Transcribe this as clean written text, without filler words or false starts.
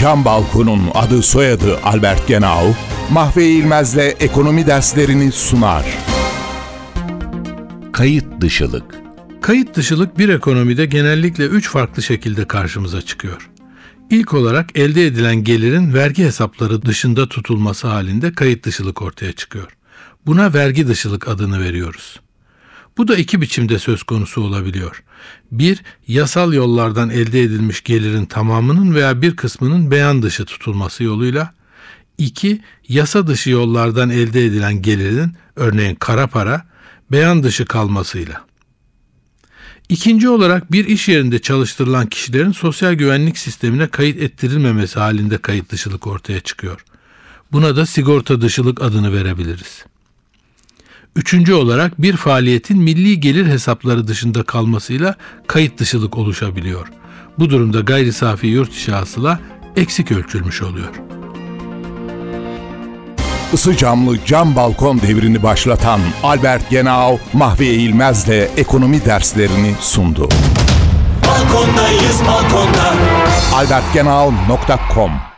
Cam Balkon'un adı soyadı Albert Genau, Mahve İlmez'le ekonomi derslerini sunar. Kayıt dışılık. Kayıt dışılık bir ekonomide genellikle 3 farklı şekilde karşımıza çıkıyor. İlk olarak elde edilen gelirin vergi hesapları dışında tutulması halinde kayıt dışılık ortaya çıkıyor. Buna vergi dışılık adını veriyoruz. Bu da iki biçimde söz konusu olabiliyor. 1. Yasal yollardan elde edilmiş gelirin tamamının veya bir kısmının beyan dışı tutulması yoluyla. 2. Yasa dışı yollardan elde edilen gelirin, örneğin kara para, beyan dışı kalmasıyla. İkinci olarak bir iş yerinde çalıştırılan kişilerin sosyal güvenlik sistemine kayıt ettirilmemesi halinde kayıt dışılık ortaya çıkıyor. Buna da sigorta dışılık adını verebiliriz. Üçüncü olarak bir faaliyetin milli gelir hesapları dışında kalmasıyla kayıt dışılık oluşabiliyor. Bu durumda gayri safi yurt içi hasıla eksik ölçülmüş oluyor. Isı camlı cam balkon devrini başlatan Albert Genau, Mahve İlmez'le ekonomi derslerini sundu. Balkondayız balkonda. albertgenau.com